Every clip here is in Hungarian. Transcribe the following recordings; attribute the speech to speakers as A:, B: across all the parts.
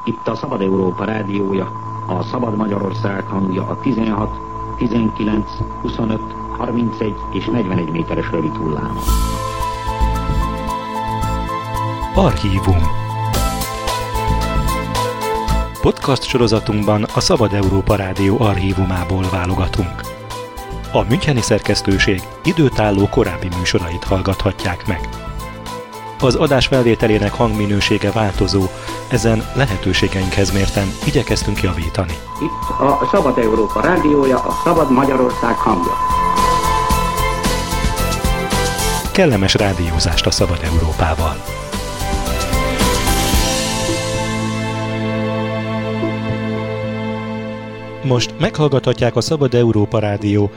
A: Itt a Szabad Európa rádiója, a Szabad Magyarország hangja a 16, 19, 25, 31 és 41 méteres rövid hullámon.
B: Archívum. Podcast sorozatunkban a Szabad Európa Rádió archívumából válogatunk. A müncheni szerkesztőség időtálló korábbi műsorait hallgathatják meg. Az adás felvételének hangminősége változó, ezen lehetőségeinkhez mérten igyekeztünk javítani.
A: Itt a Szabad Európa rádiója, a Szabad Magyarország hangja.
B: Kellemes rádiózást a Szabad Európával! Most meghallgathatják a Szabad Európa Rádió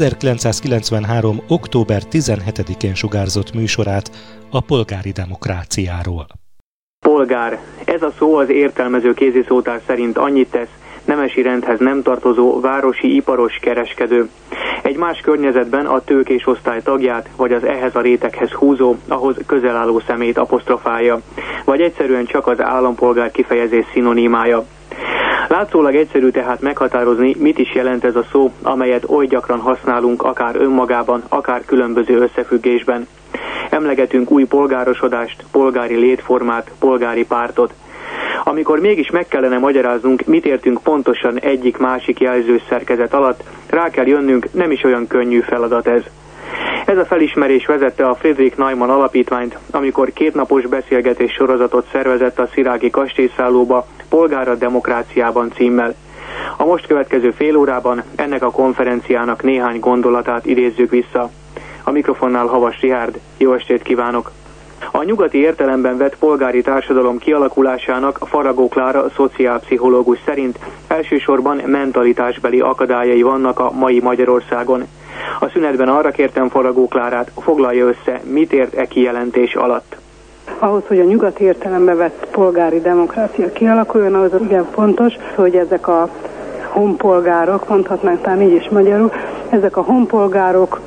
B: 1993. október 17-én sugárzott műsorát a polgári demokráciáról.
C: Polgár. Ez a szó az értelmező kéziszótár szerint annyit tesz, nemesi rendhez nem tartozó városi iparos kereskedő. Egy más környezetben a tőkés osztály tagját, vagy az ehhez a réteghez húzó, ahhoz közel álló szemét apostrofálja, vagy egyszerűen csak az állampolgár kifejezés szinonimája. Látszólag egyszerű tehát meghatározni, mit is jelent ez a szó, amelyet oly gyakran használunk akár önmagában, akár különböző összefüggésben. Emlegetünk új polgárosodást, polgári létformát, polgári pártot. Amikor mégis meg kellene magyaráznunk, mit értünk pontosan egyik-másik jelzőszerkezet alatt, rá kell jönnünk, nem is olyan könnyű feladat ez. Ez a felismerés vezette a Friedrich Naumann alapítványt, amikor 2 napos beszélgetés sorozatot szervezett a szirági kastélyszállóba, Polgár a demokráciában címmel. A most következő fél órában ennek a konferenciának néhány gondolatát idézzük vissza. A mikrofonnál Havas Rihárd, jó estét kívánok! A nyugati értelemben vett polgári társadalom kialakulásának Faragó Klára szociálpszichológus szerint elsősorban mentalitásbeli akadályai vannak a mai Magyarországon. A szünetben arra kértem Faragó Klárát, foglalja össze, mit ért kijelentés alatt.
D: Ahhoz, hogy a nyugati értelemben vett polgári demokrácia kialakuljon, ahhoz igen fontos, hogy ezek a honpolgárok, mondhatnánk talán így is magyarul, ezek a honpolgárok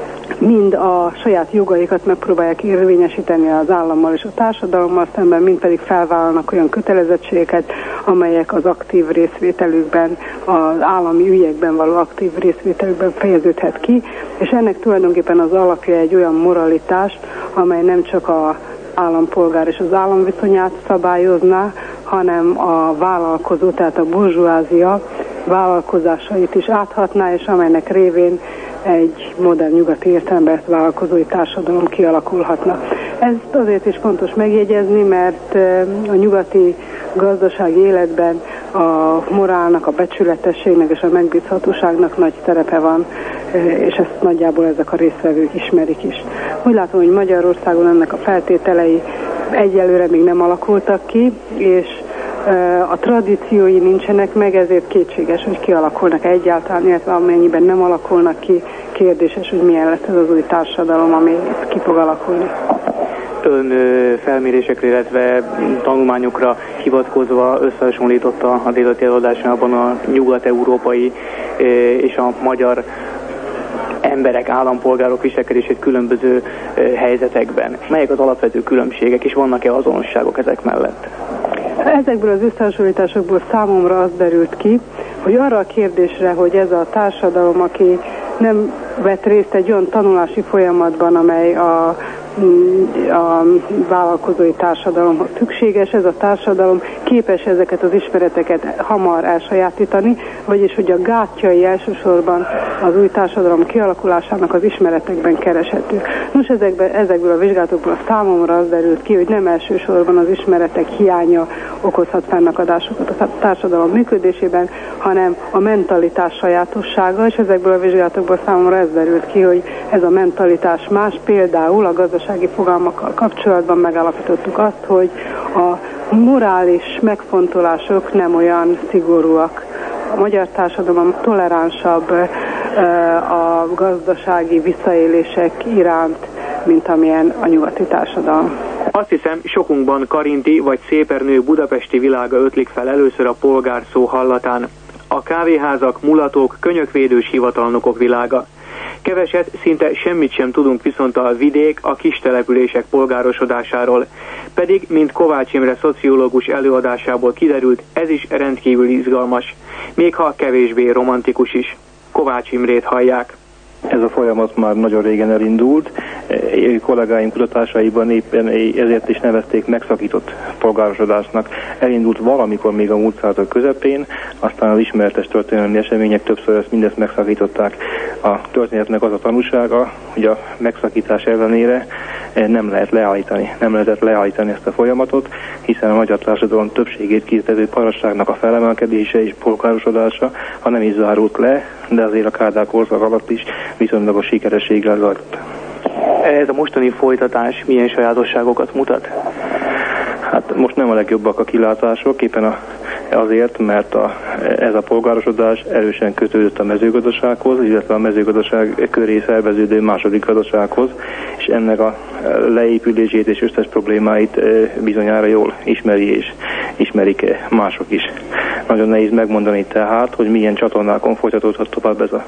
D: mind a saját jogaikat megpróbálják érvényesíteni az állammal és a társadalommal szemben, mind pedig felvállalnak olyan kötelezettségeket, amelyek az aktív részvételükben, az állami ügyekben való aktív részvételükben fejeződhet ki, és ennek tulajdonképpen az alapja egy olyan moralitás, amely nem csak az állampolgár és az állam viszonyát szabályozná, hanem a vállalkozó, tehát a burzsóázia vállalkozásait is áthatná, és amelynek révén egy modern nyugati értelemben vállalkozói társadalom kialakulhatna. Ezt azért is fontos megjegyezni, mert a nyugati gazdasági életben a morálnak, a becsületességnek és a megbízhatóságnak nagy szerepe van, és ezt nagyjából ezek a résztvevők ismerik is. Úgy látom, hogy Magyarországon ennek a feltételei egyelőre még nem alakultak ki, és a tradíciói nincsenek meg, ezért kétséges, hogy kialakulnak egyáltalán, illetve amennyiben nem alakulnak ki, kérdéses, hogy milyen lesz ez az új társadalom, ami ki fog alakulni.
C: Ön felmérésekre, illetve tanulmányokra hivatkozva összehasonlította a délelőtti előadásában a nyugat-európai és a magyar emberek, állampolgárok viselkedését különböző helyzetekben. Melyek az alapvető különbségek, és vannak-e azonosságok ezek mellett?
D: Ezekből az összehasonlításokból számomra az derült ki, hogy arra a kérdésre, hogy ez a társadalom, aki nem vett részt egy olyan tanulási folyamatban, amely a vállalkozói társadalomhoz szükséges, ez a társadalom képes ezeket az ismereteket hamar elsajátítani, vagyis hogy a gátjai elsősorban az új társadalom kialakulásának az ismeretekben kereshető. Nos, ezekből a vizsgálatokból számomra az derült ki, hogy nem elsősorban az ismeretek hiánya okozhat fennakadásokat a társadalom működésében, hanem a mentalitás sajátossága, és ezekből a vizsgálatokból számomra ez derült ki, hogy ez a mentalitás más, például a gazdasági fogalmakkal kapcsolatban megállapítottuk azt, hogy a morális megfontolások nem olyan szigorúak. A magyar társadalom toleránsabb a gazdasági visszaélések iránt, mint amilyen a nyugati társadalom.
C: Azt hiszem, sokunkban Karinti vagy Szépernő budapesti világa ötlik fel először a polgár szó hallatán. A kávéházak, mulatók, könyökvédős hivatalnokok világa. Keveset, szinte semmit sem tudunk viszont a vidék, a kis települések polgárosodásáról. Pedig, mint Kovács Imre szociológus előadásából kiderült, ez is rendkívül izgalmas, még ha kevésbé romantikus is. Kovács Imrét hallják.
E: Ez a folyamat már nagyon régen elindult. Kollégáim kutatásaiban éppen ezért is nevezték megszakított polgárosodásnak. Elindult valamikor még a múlt század közepén, aztán az ismeretes történelmi események többször mindezt megszakították. A történetnek az a tanúsága, hogy a megszakítás ellenére nem lehetett leállítani ezt a folyamatot, hiszen a magyar társadalom többségét képező parasságnak a felemelkedése és polgárosodása, ha nem is zárult le, de azért a Kádár korszak alatt is viszonylag sikerességgel zajlott.
C: Ez a mostani folytatás milyen sajátosságokat mutat?
E: Hát most nem a legjobbak a kilátások, éppen azért, mert ez a polgárosodás erősen kötődött a mezőgazdasághoz, illetve a mezőgazdaság köré szerveződő második gazdasághoz, és ennek a leépülését és összes problémáit bizonyára jól ismeri és ismerik mások is. Nagyon nehéz megmondani tehát, hogy milyen csatornákon folytatódhat tovább ez a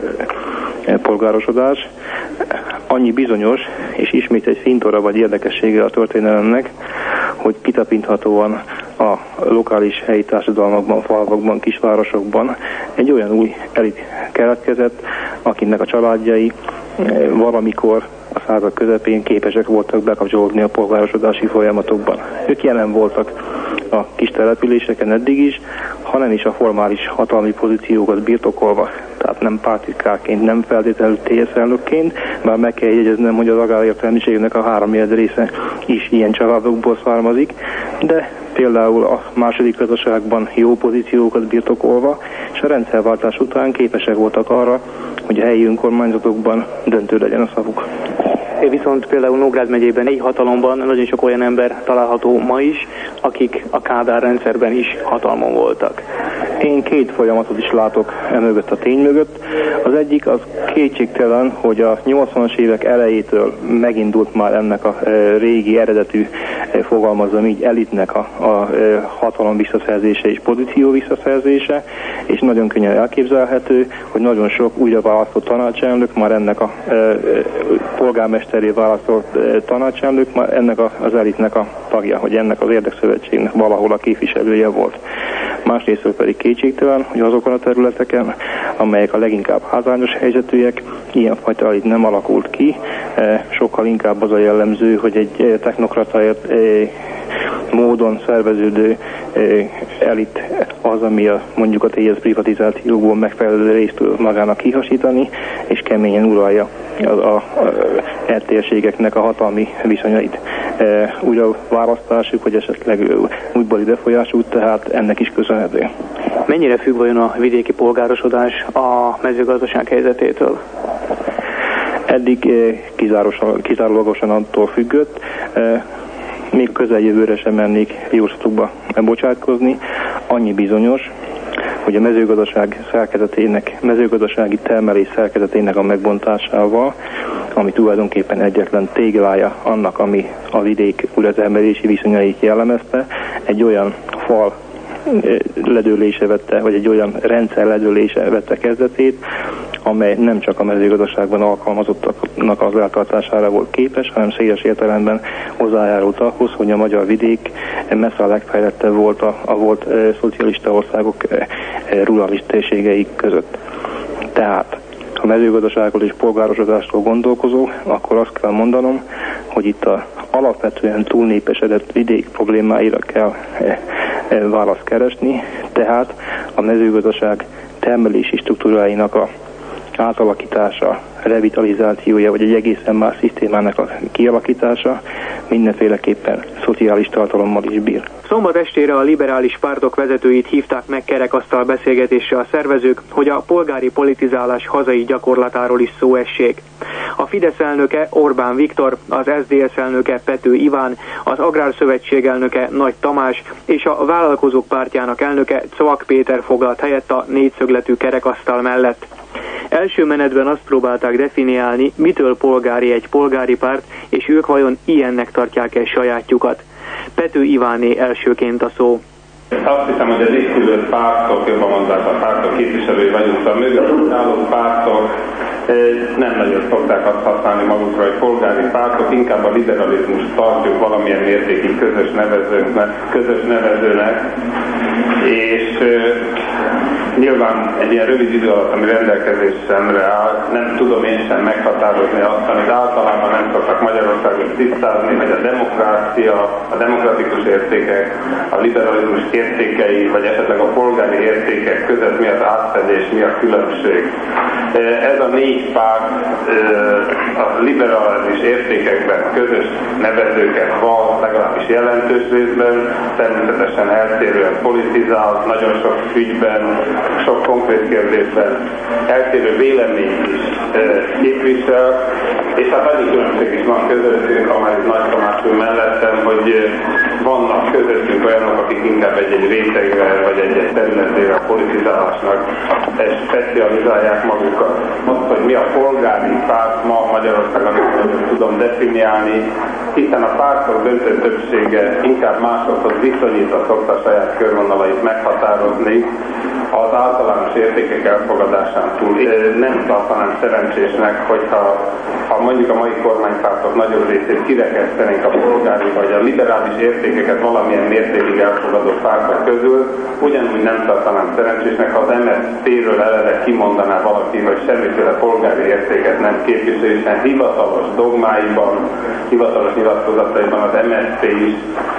E: polgárosodás. Annyi bizonyos, és ismét egy fintora vagy érdekessége a történelemnek, hogy kitapinthatóan a lokális helyi társadalmakban, falvakban, kisvárosokban egy olyan új elit keletkezett, akinek a családjai valamikor a század közepén képesek voltak bekapcsolódni a polgárosodási folyamatokban. Ők jelen voltak a kis településeken eddig is, hanem is a formális hatalmi pozíciókat birtokolva, tehát nem pártitkárként, nem feltétlenül TSZ elnökként, bár meg kell jegyeznem, hogy az agrárértelmiségnek a 3/4 része is ilyen családokból származik, de például a második gazdaságban jó pozíciókat birtokolva, és a rendszerváltás után képesek voltak arra, hogy a helyi önkormányzatokban döntő legyen a szavuk.
C: Viszont például Nógrád megyében egy hatalomban nagyon sok olyan ember található ma is, akik a Kádár rendszerben is hatalmon voltak.
E: Én két folyamatot is látok emögött a tény mögött. Az egyik az kétségtelen, hogy a 80-as évek elejétől megindult már ennek a régi eredetű, fogalmazom így, elitnek a hatalom visszaszerzése és pozíció visszaszerzése, és nagyon könnyen elképzelhető, hogy nagyon sok újra választott tanácselnök, már ennek a polgármesteré választott tanácselnök, már ennek az elitnek a tagja, hogy ennek az érdekszövetségnek valahol a képviselője volt. Másrésztről pedig kétségtelen, hogy azokon a területeken, amelyek a leginkább hátrányos helyzetűek, ilyenfajta elit nem alakult ki, sokkal inkább az a jellemző, hogy egy technokrata módon szerveződő elit az, ami mondjuk a TSZ privatizációból megfelelő részt tud magának kihasítani, és keményen uralja a térségeknek a hatalmi viszonyait. Újra választásuk, vagy esetleg újbóli befolyásuk, tehát ennek is köszönhető.
C: Mennyire függ vajon a vidéki polgárosodás a mezőgazdaság helyzetétől?
E: Eddig kizárólagosan attól függött, még közeljövőre sem mennék jóslatokba bocsátkozni. Annyi bizonyos, hogy a mezőgazdasági termelés szerkezetének a megbontásával, ami tulajdonképpen egyetlen téglája annak, ami a vidék újratermelési viszonyait jellemezte, egy olyan fal ledőlése vette, vagy egy olyan rendszer ledőlése vette kezdetét, amely nem csak a mezőgazdaságban alkalmazottaknak az eltartására volt képes, hanem széles értelemben hozzájárult ahhoz, hogy a magyar vidék messze a legfejlettebb volt a volt szocialista országok rurális térségei között. Tehát, ha mezőgazdaságról és polgárosodásról gondolkozó, akkor azt kell mondanom, hogy itt a alapvetően túlnépesedett vidék problémáira kell választ keresni, tehát a mezőgazdaság termelési struktúráinak a átalakítása, revitalizációja, vagy egy egészen más szisztémának a kialakítása mindenféleképpen szociális tartalommal is bír.
C: Szombat estére a liberális pártok vezetőit hívták meg kerekasztal beszélgetésre a szervezők, hogy a polgári politizálás hazai gyakorlatáról is szó essék. A Fidesz elnöke Orbán Viktor, az SZDSZ elnöke Pető Iván, az Agrárszövetség elnöke Nagy Tamás és a Vállalkozók Pártjának elnöke Czvak Péter foglalt helyet a négyszögletű kerekasztal mellett. Első menetben azt próbálták definiálni, mitől polgári egy polgári párt, és ők vajon ilyennek tartják-e sajátjukat. Pető Iváné elsőként a szó.
F: Azt hiszem, hogy az itt ülő pártok, jobban mondták a pártok képviselői vagyunk, a mögött álló pártok nem nagyon szokták azt használni magukra, hogy polgári pártok, inkább a liberalizmus tartjuk valamilyen mértékig közös nevezőnek, és nyilván egy ilyen rövid idő alatt, ami rendelkezésemre áll, nem tudom én sem meghatározni azt, amit általában nem szoktak Magyarországon tisztázni, hogy a demokrácia, a demokratikus értékek, a liberalizmus értékei, vagy esetleg a polgári értékek között mi az átfedés, mi a különbség. Ez a négy párt a liberális értékekben közös nevezőket van, legalábbis jelentős részben, természetesen eltérően politizál, nagyon sok ügyben, sok konkrét kérdésben eltérő véleményt is képvisel, és hát annyi különbség is van közöttünk, amely Nagy Tamás úr mellettem, hogy vannak közöttünk olyanok, akik inkább egy-egy rétegre vagy egy-egy területére a politizálásnak specializálják magukat. Azt, hogy mi a polgári párt ma Magyarországon nem tudom definiálni, hiszen a pártok döntő többsége inkább másokhoz viszonyítva szokta a saját körvonalait meghatározni, az általános értékek elfogadásán túl. Nem tartanám szerencsésnek, hogyha mondjuk a mai kormánypártok nagyobb részét kirekesztenénk a polgári vagy a liberális értékeket valamilyen mértékig elfogadó pártok közül, ugyanúgy nem tartanám szerencsésnek, ha az MSZP-ről eleve kimondaná valaki, hogy semmiféle polgári értéket nem képvisel, hiszen hivatalos dogmáiban, hivatalos nyilatkozataiban az MSZP is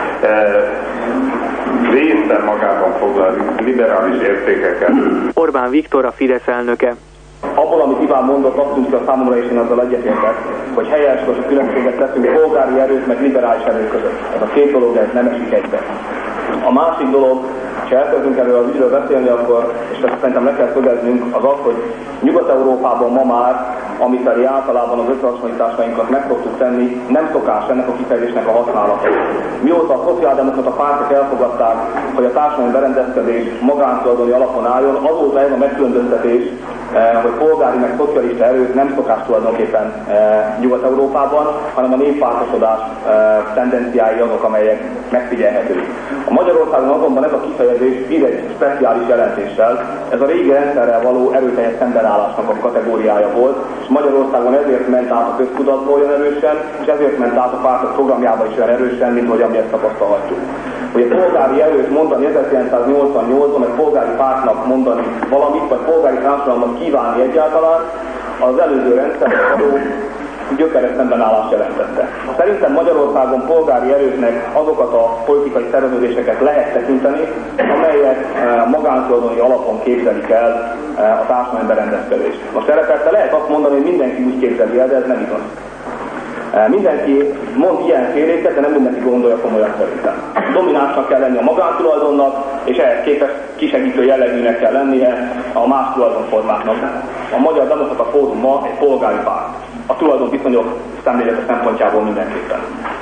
F: részben magában foglal liberális értékeket.
C: Orbán Viktor, a Fidesz elnöke.
E: Abból, amit Iván mondott, azt tűnt ki a számomra, és én azzal egyetértek, hogy helyes, hogy a különbséget teszünk polgári erők meg liberális erők között. Ez a két dolog, ez nem esik egybe. A másik dolog, ha elkezdünk erről az ügyről beszélni, akkor, és ezt szerintem le kell szögeznünk, az az, hogy Nyugat-Európában ma már, amifelé általában az összehasonlításainkat meg szoktuk tenni, nem szokás ennek a kifejezésnek a használata. Mióta a szociáldemokrata pártok elfogadták, hogy a társadalmi berendezkedés magántulajdoni alapon álljon, azóta ez a megkülönböztetés, hogy polgári meg szocialista erők nem szokás tulajdonképpen Nyugat-Európában, hanem a néppártosodás tendenciái azok, amelyek megfigyelhetők. A Magyarországon azonban ez a kifejezés bír egy speciális jelentéssel, ez a régi rendszerrel való erőteljes szembenállásnak a kategóriája volt, és Magyarországon ezért ment át a köztudatba olyan erősen, és ezért ment át a pártok programjába is olyan erősen, mint ahogy ezt tapasztalhatjuk. Hogy a polgári erőt mondani 1988-ban, egy polgári pártnak mondani valamit, vagy polgári társadalmat kívánni egyáltalán, az előző rendszerben való gyökeres szembenállást jelentette. Szerintem Magyarországon polgári erőknek azokat a politikai szerveződéseket lehet tekinteni, amelyek magántulajdoni alapon képzelik el a társadalmi berendezkedést. Most erre persze lehet azt mondani, hogy mindenki úgy képzeli el, de ez nem igaz. Mindenki mond ilyen féléket, de nem mindenki gondolja komolyan szerintem. Dominánsnak kell lenni a magántulajdonnak, és ehhez képest kisegítő jellegűnek kell lennie a más tulajdonformáknak. A Magyar Demokrata Fórum ma egy polgári párt. A tulajdonviszonyok szemlélete szempontjából mindenképpen.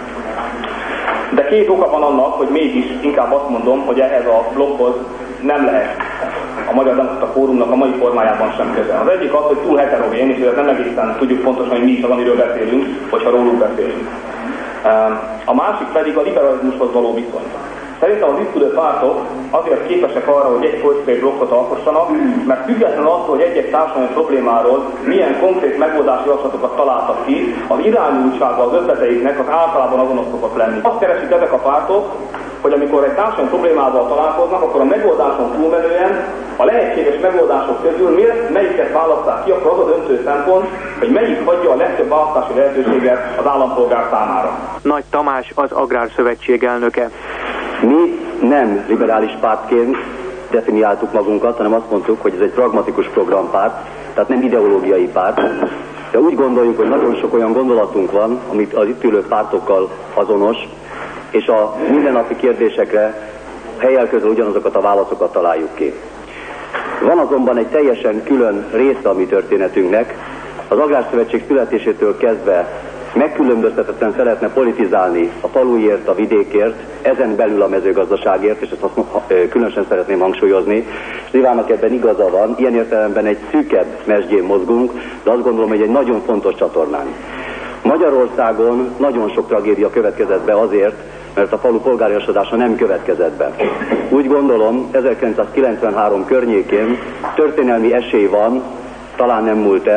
E: De két oka van annak, hogy mégis inkább azt mondom, hogy ehhez a blokkhoz nem lehet a Magyar Demokrata Fórumnak a mai formájában sem közel. Az egyik az, hogy túl heterogén, és nem egészen tudjuk pontosan, hogy mi is az, amiről beszélünk, hogyha róluk beszélünk. A másik pedig a liberalizmushoz való viszony. Szerintem az itt ülő pártok azért képesek arra, hogy egy politikai blokkot alkossanak, mert függetlenül attól, hogy egy-egy társadalmi problémáról milyen konkrét megoldási javaslatokat találtak ki, az irányultsága az ötleteiknek az általában azonos szokott lenni. Azt keresik ezek a pártok, hogy amikor egy társadalmi problémával találkoznak, akkor a megoldáson túlmenően a lehetséges megoldások közül melyiket választák ki, akkor az a döntő szempont, hogy melyik hagyja a legtöbb választási lehetőséget az állampolgár számára.
C: Nagy Tamás, az Agrárszövetség elnöke.
G: Mi nem liberális pártként definiáltuk magunkat, hanem azt mondtuk, hogy ez egy pragmatikus programpárt, tehát nem ideológiai párt. De úgy gondoljuk, hogy nagyon sok olyan gondolatunk van, amit az itt ülő pártokkal azonos, és a mindennapi kérdésekre helyel közül ugyanazokat a válaszokat találjuk ki. Van azonban egy teljesen külön része a mi történetünknek. Az Agrárszövetség születésétől kezdve megkülönböztetetten szeretne politizálni a faluért, a vidékért, ezen belül a mezőgazdaságért, és ezt különösen szeretném hangsúlyozni. És Ivának ebben igaza van, ilyen értelemben egy szűkebb mesdjén mozgunk, de azt gondolom, hogy egy nagyon fontos csatornán. Magyarországon nagyon sok tragédia következett be azért, mert a falu polgáriosodása nem következett be. Úgy gondolom, 1993 környékén történelmi esély van, talán nem múlt el,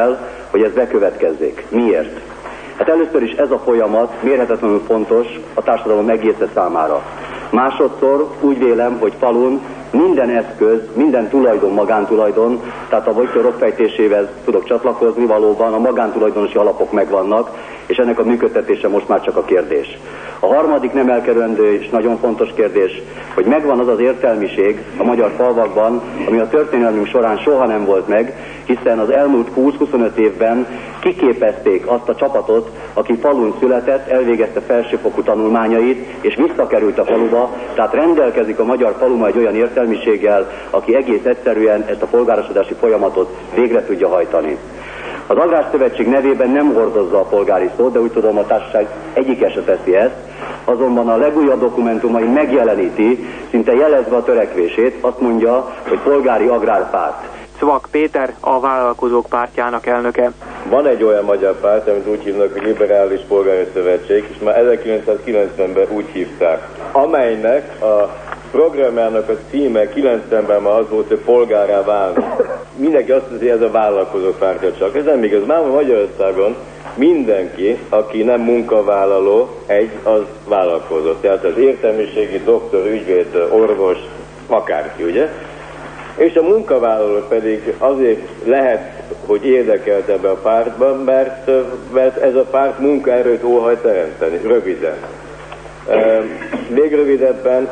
G: hogy ez bekövetkezzék. Miért? Hát először is ez a folyamat mérhetetlenül fontos a társadalom egésze számára. Másodszor úgy vélem, hogy falun minden eszköz, minden tulajdon, magántulajdon, tehát a Viktor okfejtésével tudok csatlakozni, valóban a magántulajdonosi alapok megvannak, és ennek a működtetése most már csak a kérdés. A harmadik nem elkerülendő és nagyon fontos kérdés, hogy megvan az az értelmiség a magyar falvakban, ami a történelmünk során soha nem volt meg, hiszen az elmúlt 20-25 évben kiképezték azt a csapatot, aki falun született, elvégezte felsőfokú tanulmányait, és visszakerült a faluba, tehát rendelkezik a magyar faluma egy olyan értelmiséggel, aki egész egyszerűen ezt a polgárosodási folyamatot végre tudja hajtani. Az Agrárszövetség nevében nem hordozza a polgári szót, de úgy tudom, a társaság egyike se teszi ezt, azonban a legújabb dokumentumai megjeleníti, szinte jelezve a törekvését, azt mondja, hogy polgári agrárpárt.
C: Szvak Péter, a Vállalkozók Pártjának elnöke.
H: Van egy olyan magyar párt, amit úgy hívnak, hogy Liberális Polgári Szövetség, és már 1990-ben úgy hívták, amelynek a programjának a címe 90-ben már az volt, hogy polgárá válni. Mindenki azt hiszi, hogy ez a vállalkozók pártja csak. Ez nem igaz. Már Magyarországon mindenki, aki nem munkavállaló, az vállalkozó. Tehát az értelmiségi doktor, ügyvéd, orvos, akárki, ugye? És a munkavállaló pedig azért lehet, hogy érdekelt ebbe a pártban, mert ez a párt munkaerőt óhajt teremteni, röviden. Még rövidebben,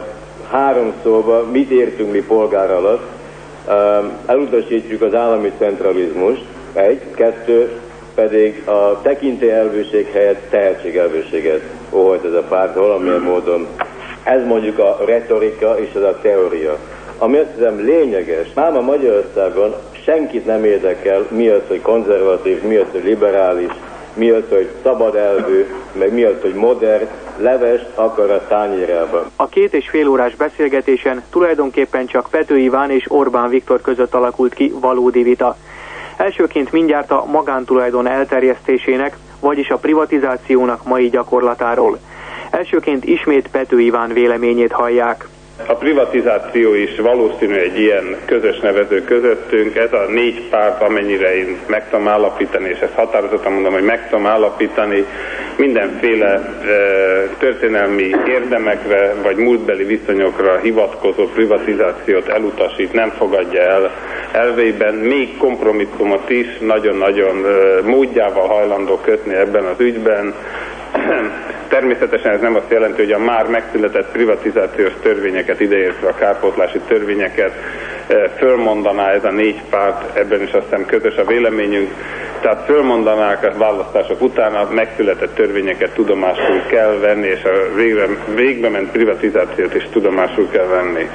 H: 3 szóba, mit értünk mi polgár alatt? Elutasítjuk az állami centralizmust, 1, 2, pedig a tekintélyelvűség helyett tehetségelvűséget óhajt ez a párt valamilyen módon. Ez mondjuk a retorika és ez a teória. Ami azt hiszem lényeges, máma Magyarországon senkit nem érdekel, mi az, hogy konzervatív, mi az, hogy liberális, mi az, hogy szabad elvű, meg mi az, hogy modern, levest akar a tányérában.
C: A 2,5 órás beszélgetésen tulajdonképpen csak Pető Iván és Orbán Viktor között alakult ki valódi vita. Elsőként mindjárt a magántulajdon elterjesztésének, vagyis a privatizációnak mai gyakorlatáról. Elsőként ismét Pető Iván véleményét hallják.
F: A privatizáció is valószínű egy ilyen közös nevező közöttünk. Ez a 4 párt, amennyire én meg tudom állapítani, és ezt határozottan mondom, hogy meg tudom állapítani, mindenféle történelmi érdemekre vagy múltbeli viszonyokra hivatkozó privatizációt elutasít, nem fogadja el elveiben, még kompromisszumot is nagyon-nagyon módjával hajlandó kötni ebben az ügyben. Természetesen ez nem azt jelenti, hogy a már megszületett privatizációs törvényeket, ideértve a kárpótlási törvényeket fölmondaná ez a 4 párt, ebben is azt hiszem közös a véleményünk, tehát fölmondanák a választások után a megszületett törvényeket tudomásul kell venni, és a végbe ment privatizációt is tudomásul kell venni.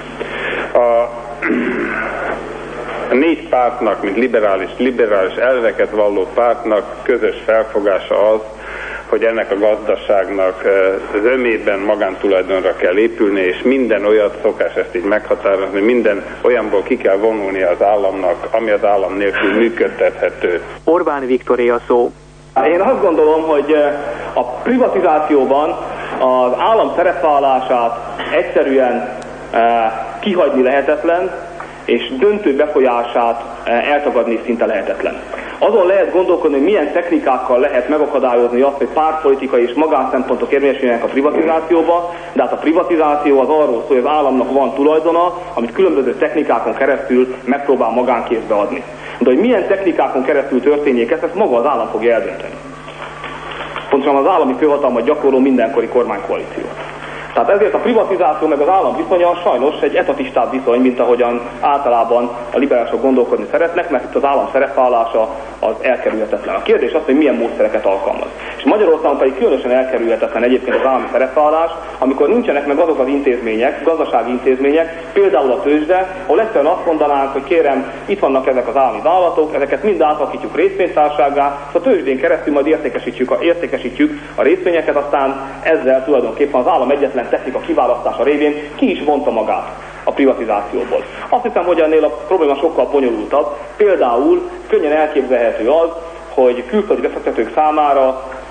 F: A 4 pártnak, mint liberális elveket valló pártnak közös felfogása az, hogy ennek a gazdaságnak zömében magántulajdonra kell épülni, és minden olyat szokás ezt így meghatározni, minden olyanból ki kell vonulni az államnak, ami az állam nélkül működtethető.
C: Orbán Viktoré a szó.
I: Én azt gondolom, hogy a privatizációban az állam szerepvállalását egyszerűen kihagyni lehetetlen, és döntő befolyását eltagadni szinte lehetetlen. Azon lehet gondolkodni, hogy milyen technikákkal lehet megakadályozni azt, hogy pártpolitikai és magánszempontok érvényesüljenek a privatizációba, de hát a privatizáció az arról szól, hogy az államnak van tulajdona, amit különböző technikákon keresztül megpróbál magánkézbe adni. De hogy milyen technikákon keresztül történjék ezt maga az állam fogja eldönteni. Pontosan az állami főhatalmat gyakorló mindenkori kormánykoalíció. Tehát ezért a privatizáció meg az állam viszonya sajnos egy etatistább viszony, mint ahogyan általában a liberálisok gondolkodni szeretnek, mert itt az állam szerepvállalása az elkerülhetetlen. A kérdés az, hogy milyen módszereket alkalmaz. És Magyarországon pedig különösen elkerülhetetlen egyébként az állami szerepvállalás, amikor nincsenek meg azok az intézmények, gazdasági intézmények, például a tőzsde, ahol egyszerűen azt mondanánk, hogy kérem, itt vannak ezek az állami vállalatok, ezeket mind átalakítjuk részvénytársaggá, és a tőzsdén keresztül majd értékesítjük a részvényeket, aztán ezzel tulajdonképpen az állam egyetlen technika kiválasztása révén ki is vonta magát a privatizációból. Azt hiszem, hogy ennél a probléma sokkal bonyolultabb. Például könnyen elképzelhető az, hogy külföldi befektetők számára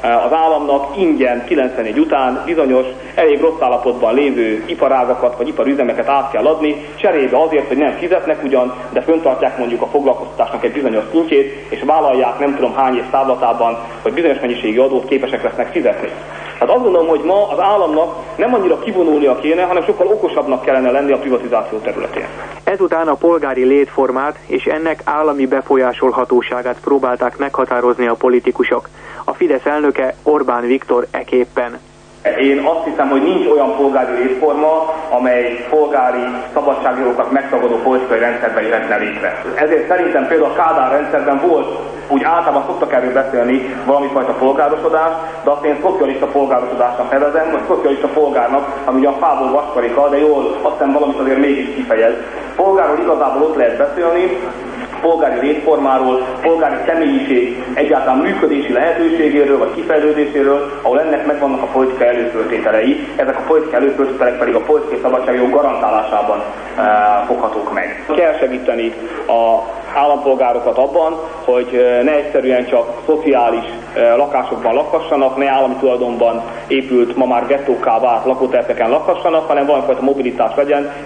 I: az államnak ingyen 94 után bizonyos elég rossz állapotban lévő iparágakat vagy iparüzemeket át kell adni, cserébe azért, hogy nem fizetnek ugyan, de föntartják mondjuk a foglalkoztatásnak egy bizonyos szintjét, és vállalják nem tudom hány év távlatában, hogy bizonyos mennyiségi adót képesek lesznek fizetni. Tehát azt gondolom, hogy ma az államnak nem annyira kivonulnia kéne, hanem sokkal okosabbnak kellene lenni a privatizáció területén.
C: Ezután a polgári létformát és ennek állami befolyásolhatóságát próbálták meghatározni a politikusok. A Fidesz elnöke Orbán Viktor eképpen.
I: Én azt hiszem, hogy nincs olyan polgári létforma, amely polgári szabadságjogokat megtagadó politikai rendszerben jöhetne létre. Ezért szerintem például a Kádár rendszerben volt, úgy általában szoktak erről beszélni, valamifajta polgárosodás, de azt én szocialista polgárosodásnak nevezem, vagy szocialista polgárnak, ami ugye a fából vaskarika, de jól azt hiszem valamit azért mégis kifejez. Polgárról igazából ott lehet beszélni, polgári létformáról, polgári személyiség egyáltalán működési lehetőségéről vagy kifejlődéséről, ahol ennek megvannak a politikai előföltételei, ezek a politikai előföltételek pedig a politikai szabadságjog garantálásában foghatók meg. Kell segíteni az állampolgárokat abban, hogy ne egyszerűen csak szociális lakásokban lakhassanak, ne állami tulajdonban épült, ma már gettókká vált lakótelepeken lakhassanak, hanem valamifajta mobilitás legyen, és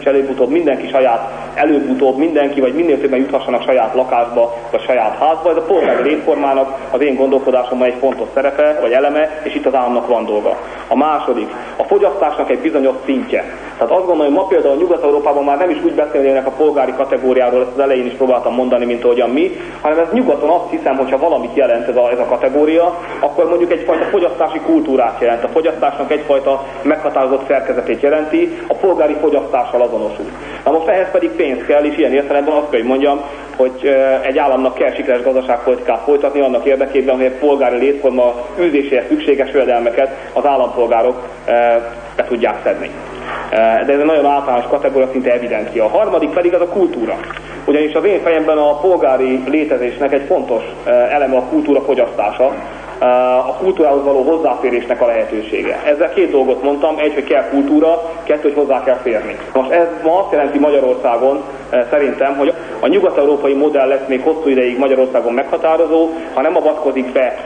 I: előbb-utóbb mindenki, vagy minél többen juthassanak saját lakásba, vagy saját házba. Ez a polgári létformának az én gondolkodásomban egy fontos szerepe, vagy eleme, és itt az államnak van dolga. A második, a fogyasztásnak egy bizonyos szintje. Tehát azt gondolom, hogy ma például Nyugat-Európában már nem is úgy beszélnének a polgári kategóriáról, ezt az elején is próbáltam mondani, mint ahogyan mi, hanem ez nyugaton azt hiszem, hogyha valamit jelent ez a kategória, akkor mondjuk egyfajta fogyasztási kultúrát jelent. A fogyasztásnak egyfajta meghatározott szerkezetét jelenti, a polgári fogyasztással azonosul. Na most ehhez pedig pénz kell, és ilyen értelemben azt kell, hogy mondjam, hogy egy államnak kell sikeres gazdaságpolitikát folytatni annak érdekében, hogy egy polgári létforma űzéséhez szükséges jövedelmeket az állampolgárok be tudják szedni. De ez egy nagyon általános kategória, szinte evidencia. A harmadik pedig az a kultúra. Ugyanis az én fejemben a polgári létezésnek egy fontos eleme a kultúra fogyasztása, a kultúrához való hozzáférésnek a lehetősége. Ezzel két dolgot mondtam, egy, hogy kell kultúra, kettő, hogy hozzá kell férni. Most ez ma azt jelenti Magyarországon szerintem, hogy a nyugat-európai modell lesz még hosszú ideig Magyarországon meghatározó, ha nem avatkozik be,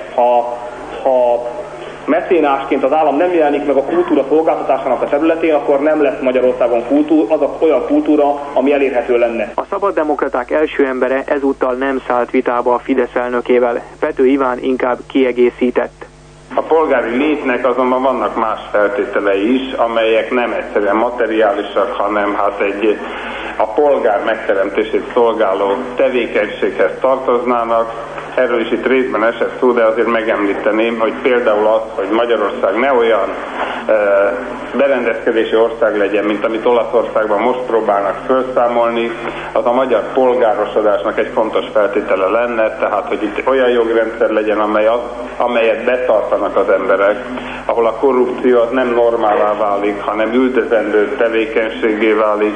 I: ha mecénásként az állam nem jelenik meg a kultúra szolgáltatásának a területén, akkor nem lesz Magyarországon olyan kultúra, ami elérhető lenne.
C: A szabaddemokraták első embere ezúttal nem szállt vitába a Fidesz elnökével. Pető Iván inkább kiegészített.
F: A polgári létnek azonban vannak más feltételei is, amelyek nem egyszerűen materiálisak, hanem a polgár megteremtését szolgáló tevékenységhez tartoznának. Erről is itt részben esett szó, de azért megemlíteném, hogy például az, hogy Magyarország ne olyan berendezkedési ország legyen, mint amit Olaszországban most próbálnak felszámolni, az a magyar polgárosodásnak egy fontos feltétele lenne, tehát hogy itt olyan jogrendszer legyen, amelyet betartanak az emberek, ahol a korrupció az nem normálá válik, hanem üldözendő tevékenységé válik.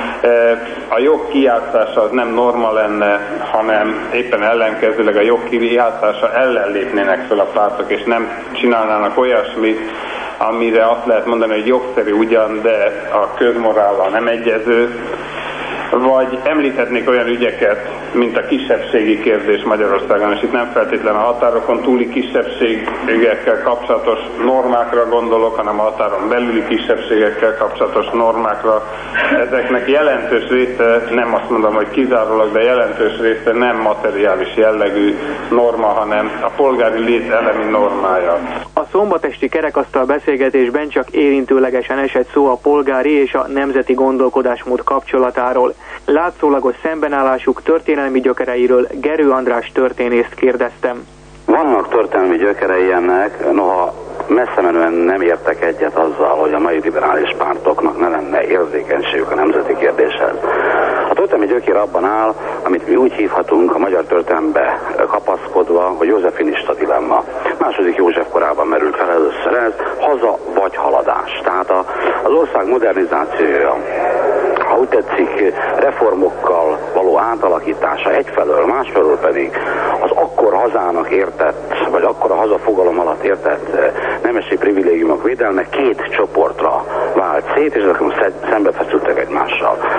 F: A jog kijátszása az nem norma lenne, hanem éppen ellenkezőleg a jog kijátszása ellen lépnének fel a pártok, és nem csinálnának olyasmit, amire azt lehet mondani, hogy jogszerű ugyan, de a közmorállal nem egyező. Vagy említhetnék olyan ügyeket, mint a kisebbségi kérdés Magyarországon, és itt nem feltétlenül a határokon túli kisebbségekkel kapcsolatos normákra gondolok, hanem a határon belüli kisebbségekkel kapcsolatos normákra. Ezeknek jelentős része, nem azt mondom, hogy kizárólag, de jelentős része nem materiális jellegű norma, hanem a polgári lét elemi normája.
C: A szombatesti kerekasztal beszélgetésben csak érintőlegesen esett szó a polgári és a nemzeti gondolkodásmód kapcsolatáról. Látszólagos szembenállásuk történelmi gyökereiről Gerő András történészt kérdeztem.
J: Vannak történelmi gyökerei ennek, noha messze menően nem értek egyet azzal, hogy a mai liberális pártoknak ne lenne érzékenységük a nemzeti kérdéshez. A történelmi gyökér abban áll, amit mi úgy hívhatunk a magyar történelembe kapaszkodva, hogy józsefinista dilemma. Második József korában merült fel először ez, haza vagy haladás. Tehát az ország modernizációja, ha úgy tetszik, reformokkal való átalakítása egyfelől, másfelől pedig az akkor hazának értett, vagy akkor a hazafogalom alatt értett nemesi privilégiumok védelme két csoportra vált szét, és ezek szembe feszültek egymással.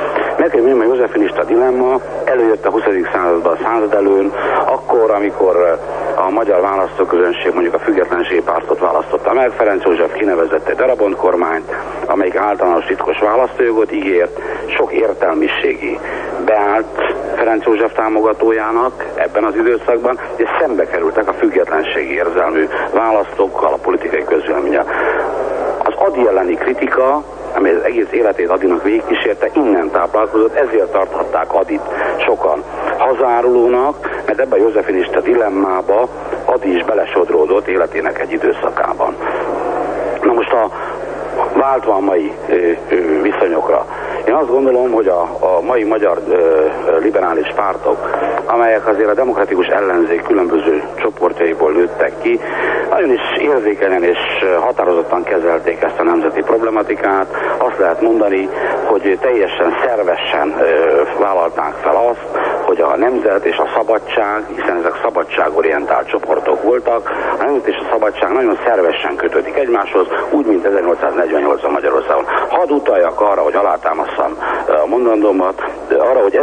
J: Nekem a józsefinista dilemma előjött a 20. században a századelőn, akkor, amikor a magyar választóközönség mondjuk a függetlenségi pártot választotta meg, Ferenc József kinevezett egy darabont kormányt, amelyik általános titkos választójogot ígért, sok értelmiségi beállt Ferenc József támogatójának ebben az időszakban, és szembe kerültek a függetlenségi érzelmű választókkal, a politikai közvéleménnyel. Az Ady elleni kritika, amely az egész életét Adynak végigkísérte, innen táplálkozott, ezért tarthatták Adyt sokan hazárulónak, mert ebben a józsefinista dilemmába Ady is belesodródott életének egy időszakában. Na most váltva a mai viszonyokra. Én azt gondolom, hogy a mai magyar liberális pártok, amelyek azért a demokratikus ellenzék különböző csoportjaiból nőttek ki, nagyon is érzékenyen és határozottan kezelték ezt a nemzeti problematikát. Azt lehet mondani, hogy teljesen szervesen vállalták fel azt, hogy a nemzet és a szabadság, hiszen ezek szabadságorientált csoportok voltak, a nemzet és a szabadság nagyon szervesen kötődik egymáshoz, úgy, mint 1848-ban Magyarországon. Hadd utaljak arra, hogy alátámasztam a mondandómat, arra, hogy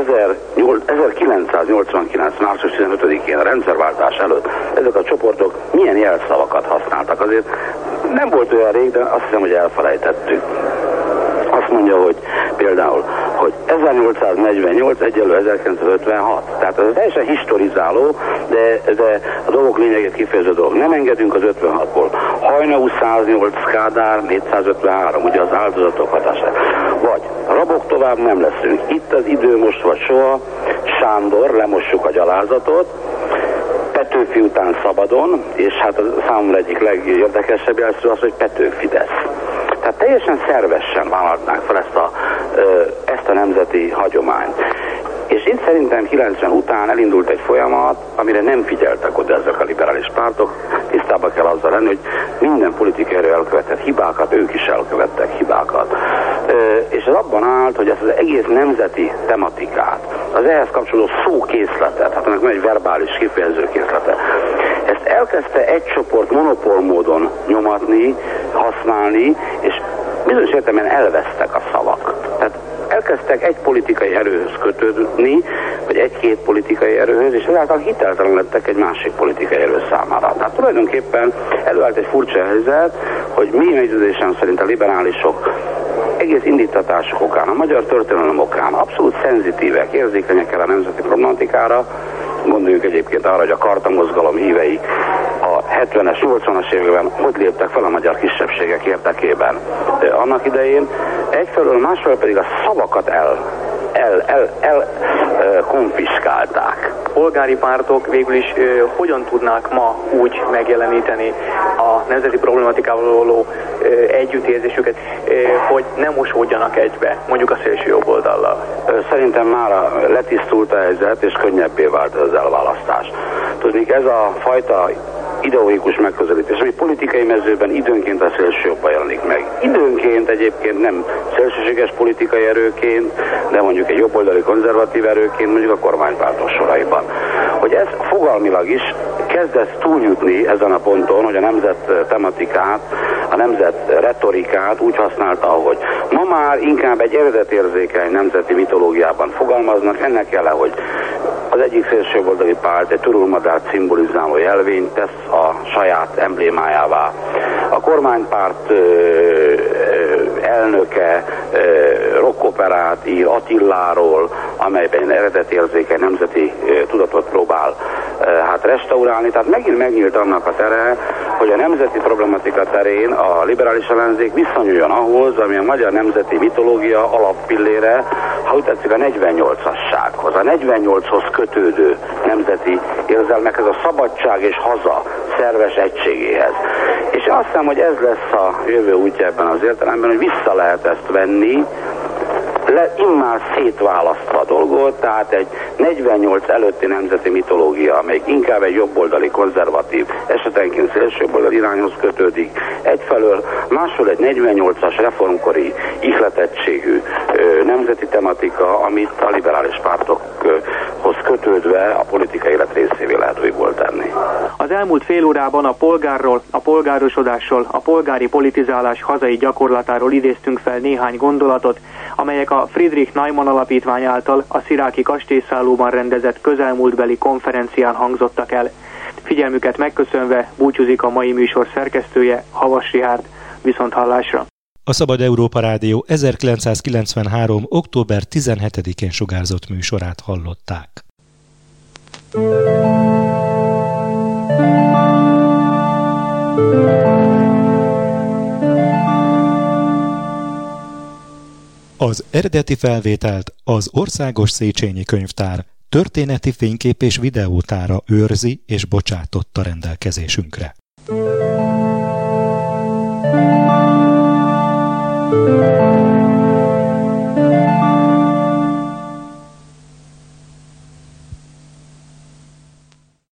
J: 1989. március 15-én a rendszerváltás előtt ezek a csoportok milyen jelszavakat használtak. Azért nem volt olyan rég, de azt hiszem, hogy elfelejtettük. Azt mondja, hogy például, hogy 1848 egyenlő 1956. Tehát ez teljesen historizáló, de a dolgok lényegét kifejező dolog. Nem engedünk az 56-ból. Hajnau 108, Kádár 453, ugye az áldozatok hatására. Vagy rabok tovább nem leszünk. Itt az idő most vagy soha. Sándor, lemossuk a gyalázatot. Petőfi után szabadon, és hát a számomra egyik legérdekesebb jelszó az, hogy Petőfi Fidesz. Tehát teljesen szervesen vállalták fel ezt a nemzeti hagyományt. És itt szerintem 90 után elindult egy folyamat, amire nem figyeltek oda ezek a liberális pártok. Tisztában kell azzal lenni, hogy minden politikai erő elkövetett hibákat, ők is elkövettek hibákat. És ez abban állt, hogy ezt az egész nemzeti tematikát, az ehhez kapcsolódó szókészletet, hát ennek van egy verbális kifejezőkészlete, ezt elkezdte egy csoport monopól módon nyomatni, használni, és bizonyos értelemben elvesztek a szavak. Tehát elkezdtek egy politikai erőhöz kötődni, vagy egy-két politikai erőhöz, és ezáltal hiteltelen lettek egy másik politikai erő számára. Tehát tulajdonképpen előállt egy furcsa helyzet, hogy mi meggyőződésem szerint a liberálisok egész indítatások okán, a magyar történelem okán abszolút szenzitívek, érzékenyek el a nemzeti problematikára. Gondoljunk egyébként arra, hogy a Karta mozgalom hívei a 70-es, 80-as években hogy léptek fel a magyar kisebbségek érdekében annak idején. Egyfelől, másfelől pedig a szavakat konfiskálták.
C: Polgári pártok végül is hogyan tudnák ma úgy megjeleníteni a nemzeti problematikával való együttérzésüket, hogy ne mosódjanak egybe, mondjuk a szélső jobboldallal?
J: Szerintem már letisztult a helyzet, és könnyebbé vált az elválasztás. Tudnék, ez a fajta ideológikus megközelítés, ami politikai mezőben időnként a szélső jobban jelenik meg. Időnként egyébként nem szélsőséges politikai erőként, de mondjuk egy jobboldali konzervatív erőként, mondjuk a kormánypártok soraiban. Hogy ez fogalmilag is kezdett túljutni ezen a ponton, hogy a nemzet tematikát, a nemzet retorikát úgy használta, hogy ma már inkább egy eredetérzékeny nemzeti mitológiában fogalmaznak, ennek jele, hogy az egyik szélsőjobboldali párt egy turulmadárt szimbolizáló jelvényt tesz a saját emblémájává. A kormánypárt elnöke rockoperát ír Attiláról, amelyben eredetérzékeny nemzeti tudatot próbál restaurálni. Tehát megint megnyílt annak a tere, hogy a nemzeti problematika terén a liberális ellenzék viszonyuljon ahhoz, ami a magyar nemzeti mitológia alappillére, ha úgy tetszik, a 48-assághoz, a 48-hoz kötődő nemzeti érzelmekhez, a szabadság és haza szerves egységéhez. És azt hiszem, hogy ez lesz a jövő útja ebben az értelemben, hogy vissza lehet ezt venni, immár szétválasztva a dolgot, tehát egy 48 előtti nemzeti mitológia, amelyik inkább egy jobboldali, konzervatív, esetenként szélsőjobboldali irányhoz kötődik egyfelől, másfelől egy 48-as reformkori ihletettségű nemzeti tematika, amit a liberális pártokhoz kötődve a politikai élet részévé lehet újból tenni.
C: Az elmúlt fél órában a polgárról, a polgárosodásról, a polgári politizálás hazai gyakorlatáról idéztünk fel néhány gondolatot, amelyek a Friedrich Naumann Alapítvány által a sziráki kastélyszállóban rendezett közelmúltbeli konferencián hangzottak el. Figyelmüket megköszönve búcsúzik a mai műsor szerkesztője, Havas Rihárd. Viszonthallásra!
B: A Szabad Európa Rádió 1993. október 17-én sugárzott műsorát hallották. Az eredeti felvételt az Országos Széchenyi Könyvtár történeti fénykép és videótára őrzi és bocsátotta rendelkezésünkre.